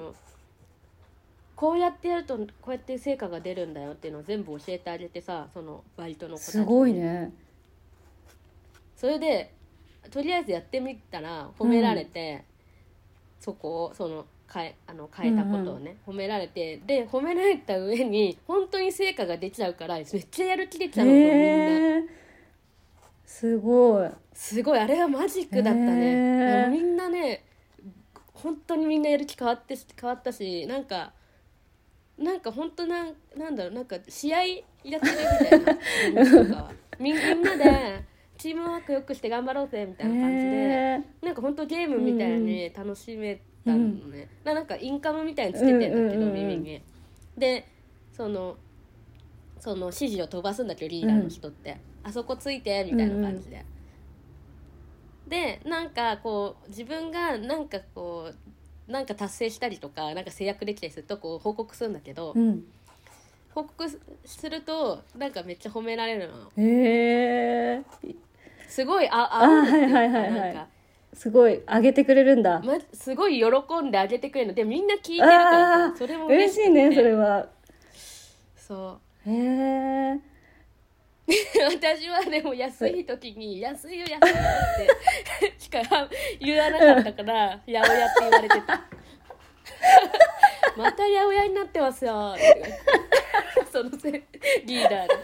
[SPEAKER 1] こうやってやるとこうやって成果が出るんだよっていうのを全部教えてあげてさ、そのバイトの子たち
[SPEAKER 2] すごいね。
[SPEAKER 1] それでとりあえずやってみたら褒められて、そこを変えたことをね、褒められて、で褒められた上に本当に成果が出ちゃうからめっちゃやる気出ちゃうの、みんな。
[SPEAKER 2] すごい
[SPEAKER 1] あれはマジックだったね、みんなね、本当にみんなやる気変わったし、なんか本当なんだろう、なんか試合やってるみたいな人とかはみんなでチームワークよくして頑張ろうぜみたいな感じで、なんかほんとゲームみたいに楽しめたのね、なんかインカムみたいにつけてんだけど、耳に。でその指示を飛ばすんだけどリーダーの人って、あそこついてみたいな感じで、でなんかこう自分がなんかこうなんか達成したりとかなんか制約できたりするとこう報告するんだけど、報告するとなんかめっちゃ褒められるの。
[SPEAKER 2] へえ。
[SPEAKER 1] すごい煽るっていうか、
[SPEAKER 2] なんかすごい上げてくれるんだ。
[SPEAKER 1] すごい喜んであげてくれるので、みんな聞いてるからさ、それも
[SPEAKER 2] 嬉しいねそれは。
[SPEAKER 1] そう
[SPEAKER 2] へえ。
[SPEAKER 1] 私はでも安い時に安いよってしか言わなかったから八百屋って言われてたまた八百屋になってますよそのリーダーで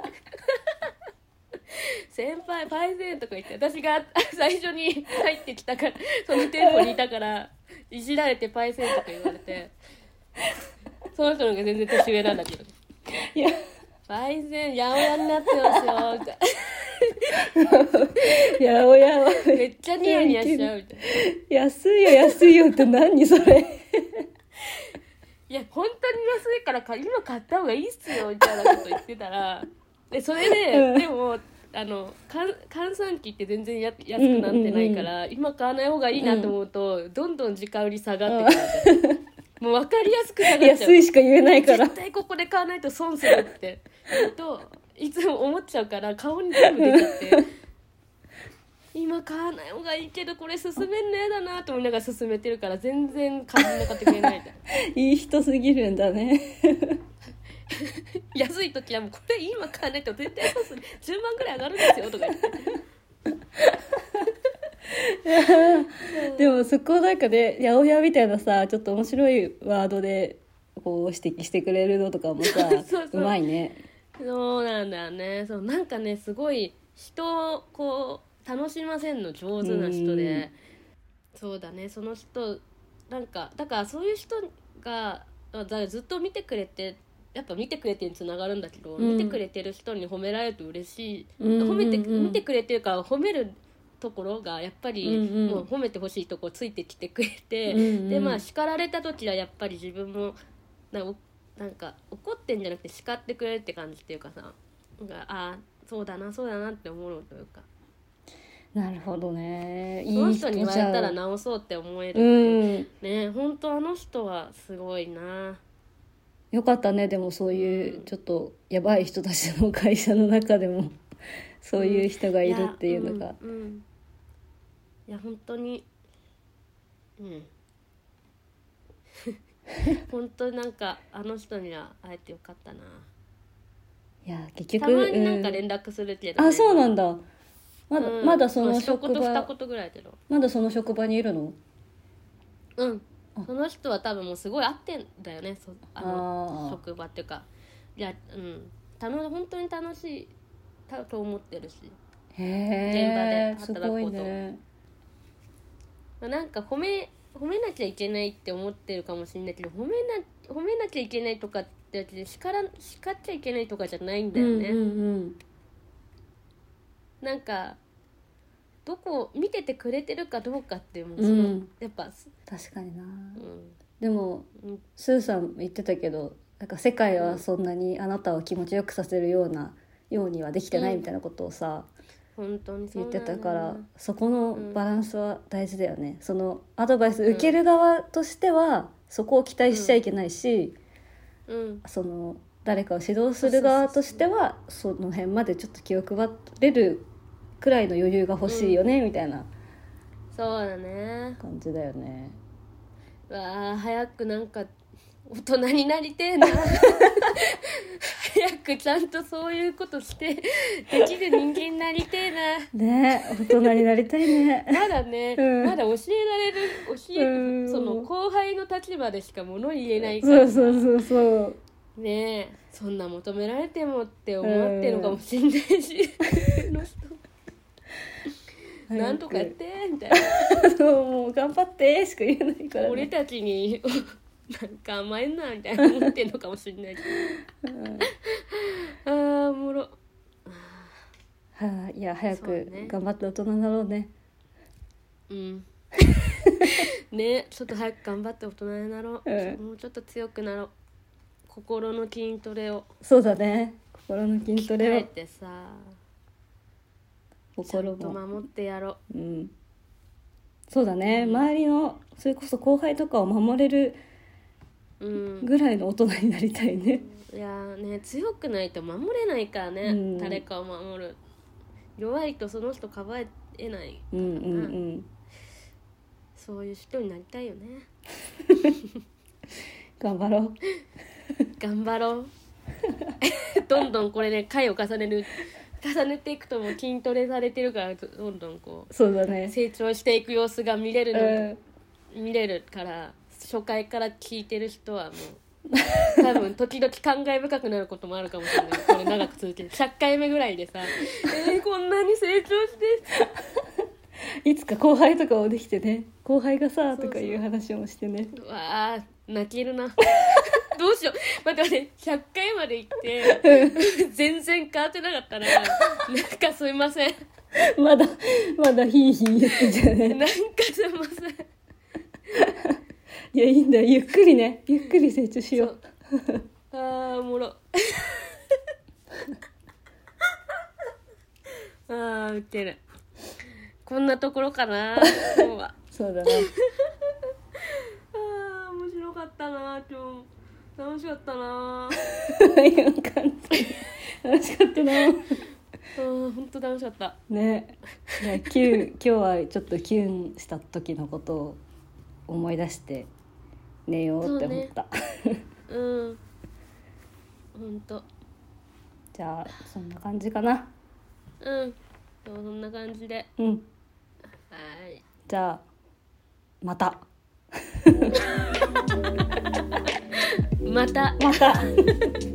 [SPEAKER 1] 先輩パイセンとか言って、私が最初に入ってきたからその店舗にいたからいじられてパイセンとか言われて、その人の方が全然年上なんだけど、
[SPEAKER 2] いや
[SPEAKER 1] パイセン八百屋になってますよみたい
[SPEAKER 2] 八百屋は
[SPEAKER 1] めっちゃニヤニヤしちゃうみたいな。
[SPEAKER 2] 安いよって何それ
[SPEAKER 1] いや本当に安いから今買った方がいいっすよみたいなこと言ってたらでそれで、でも換算期って全然安くなってないから、今買わない方がいいなと思うと、どんどん時間売り下がってくる、もう分かりやすく下がっちゃう。
[SPEAKER 2] 安いしか言えないから
[SPEAKER 1] 絶対ここで買わないと損するっていつも思っちゃうから顔に全部出ちゃって今買わない方がいいけどこれ進めんのやだなと思いながら進めてるから全然感じなかったくれない
[SPEAKER 2] いい人すぎるんだね
[SPEAKER 1] 安い時はもうこれ今買わないと絶対そうする10万ぐらい上がるんですよとか言って
[SPEAKER 2] でもそこなんかね八百屋みたいなさちょっと面白いワードでこう指摘してくれるのとかもさ
[SPEAKER 1] そう
[SPEAKER 2] うまいね。
[SPEAKER 1] そうなんだよね。そうなんかねすごい人をこう楽しませんの上手な人で、そうだね、その人なんかだからそういう人がずっと見てくれてやっぱ見てくれてにつながるんだけど、見てくれてる人に褒められると嬉しい、見てくれてるから褒めるところがやっぱり、もう褒めてほしいとこついてきてくれて、でまあ叱られた時はやっぱり自分もなんか怒ってんじゃなくて叱ってくれるって感じっていうかさ、なんかあそうだなって思うというか、
[SPEAKER 2] なるほどね。いい
[SPEAKER 1] その人に言われたら直そうって思えるってね。本当あの人はすごいな。
[SPEAKER 2] よかったね。でもそういうちょっとやばい人たちの会社の中でもそういう人がいるっていうのが、
[SPEAKER 1] いや本当に本当になんかあの人には会えてよかったな。
[SPEAKER 2] いや結局
[SPEAKER 1] たまになんか連絡するけど、ね、
[SPEAKER 2] あそうなんだ。まだその職場、
[SPEAKER 1] 一言ぐらいだけど、
[SPEAKER 2] まだその職場にいるの？
[SPEAKER 1] その人は多分もうすごい合ってんだよね、職場っていうか、いや本当に楽しいと思ってるし、現場で働くこと、すごいね。なんか褒めなきゃいけないって思ってるかもしれないけど、褒めなきゃいけないとかって叱っちゃいけないとかじゃないんだよね、なんかどこ見ててくれてるかどうかっていうもうやっぱ
[SPEAKER 2] 確かにな、でも、スーさん言ってたけどなんか世界はそんなにあなたを気持ちよくさせるようにはできてないみたいなことをさ、
[SPEAKER 1] 本当に
[SPEAKER 2] 言ってたから、そこのバランスは大事だよね。そのアドバイス受ける側としてはそこを期待しちゃいけないし、その誰かを指導する側としてはその辺までちょっと気を配れるくらいの余裕が欲しいよね、みたいな
[SPEAKER 1] そうだね
[SPEAKER 2] 感じだよね。
[SPEAKER 1] わあ早くなんか大人になりてえな早くちゃんとそういうことしてできる人間になりてえな
[SPEAKER 2] ね、大人になりたいね
[SPEAKER 1] まだね、まだ教えるその後輩の立場でしか物言えないから
[SPEAKER 2] そう
[SPEAKER 1] ねえ、そんな求められてもって思ってるのかもしんないしの人なんとかやってみたいな
[SPEAKER 2] そうもう頑張ってしか言えないから、ね、
[SPEAKER 1] 俺たちになんか甘えんなみたいな思ってんのかもしれないけどあーおもろ
[SPEAKER 2] はあ、いや早
[SPEAKER 1] そう
[SPEAKER 2] く
[SPEAKER 1] ね
[SPEAKER 2] 頑張って大人になろうね。
[SPEAKER 1] うんね、ちょっと早く頑張って大人になろう、もうちょっと強くなろう。心の筋トレを
[SPEAKER 2] そうだね、心の筋トレを
[SPEAKER 1] 鍛えてさ、ちゃ
[SPEAKER 2] 心
[SPEAKER 1] んと
[SPEAKER 2] も、
[SPEAKER 1] 守ってやろ
[SPEAKER 2] うんそうだね、周りのそれこそ後輩とかを守れる
[SPEAKER 1] う。うん
[SPEAKER 2] ぐらいの大人になりたいね。
[SPEAKER 1] いやーね、強くないと守れないからね、
[SPEAKER 2] うん
[SPEAKER 1] 誰かを守る。弱いとその人かばえないからな、
[SPEAKER 2] うんうんうん
[SPEAKER 1] そういう人になりたいよね。
[SPEAKER 2] 頑張ろう。
[SPEAKER 1] 頑張ろうどんどんこれね回を重ねていくともう筋トレされてるからどんどんこう
[SPEAKER 2] そうだね。
[SPEAKER 1] 成長していく様子が見れる
[SPEAKER 2] うん
[SPEAKER 1] 見れるから初回から聞いてる人はもう多分時々感慨深くなることもあるかもしれない。これ長く続けて100回目ぐらいでさこんなに成長して
[SPEAKER 2] いつか後輩とかもできてね、後輩がさ
[SPEAKER 1] そうそう
[SPEAKER 2] とかいう話もしてね。
[SPEAKER 1] うわー泣けるなどうしよう、待って100回まで行って全然変わってなかったらなんかすいません
[SPEAKER 2] まだヒーヒー言ってんじゃね。
[SPEAKER 1] なんかすいません。
[SPEAKER 2] いやいいんだよ、ゆっくりね、ゆっくり成長しよう。
[SPEAKER 1] あーおもろあーウケる。こんなところかな今日は。
[SPEAKER 2] そうだね。
[SPEAKER 1] あー面白かったな今日。楽しかったな。
[SPEAKER 2] いや完全に楽しかったな。
[SPEAKER 1] 本当楽しかった。
[SPEAKER 2] ね、いや今日はちょっとキュンした時のことを思い出して寝ようって思った。
[SPEAKER 1] うん本当。
[SPEAKER 2] じゃあそんな感じかな。
[SPEAKER 1] うんそんな感じで。
[SPEAKER 2] うん。
[SPEAKER 1] はい。
[SPEAKER 2] じゃあまた。
[SPEAKER 1] また。
[SPEAKER 2] また。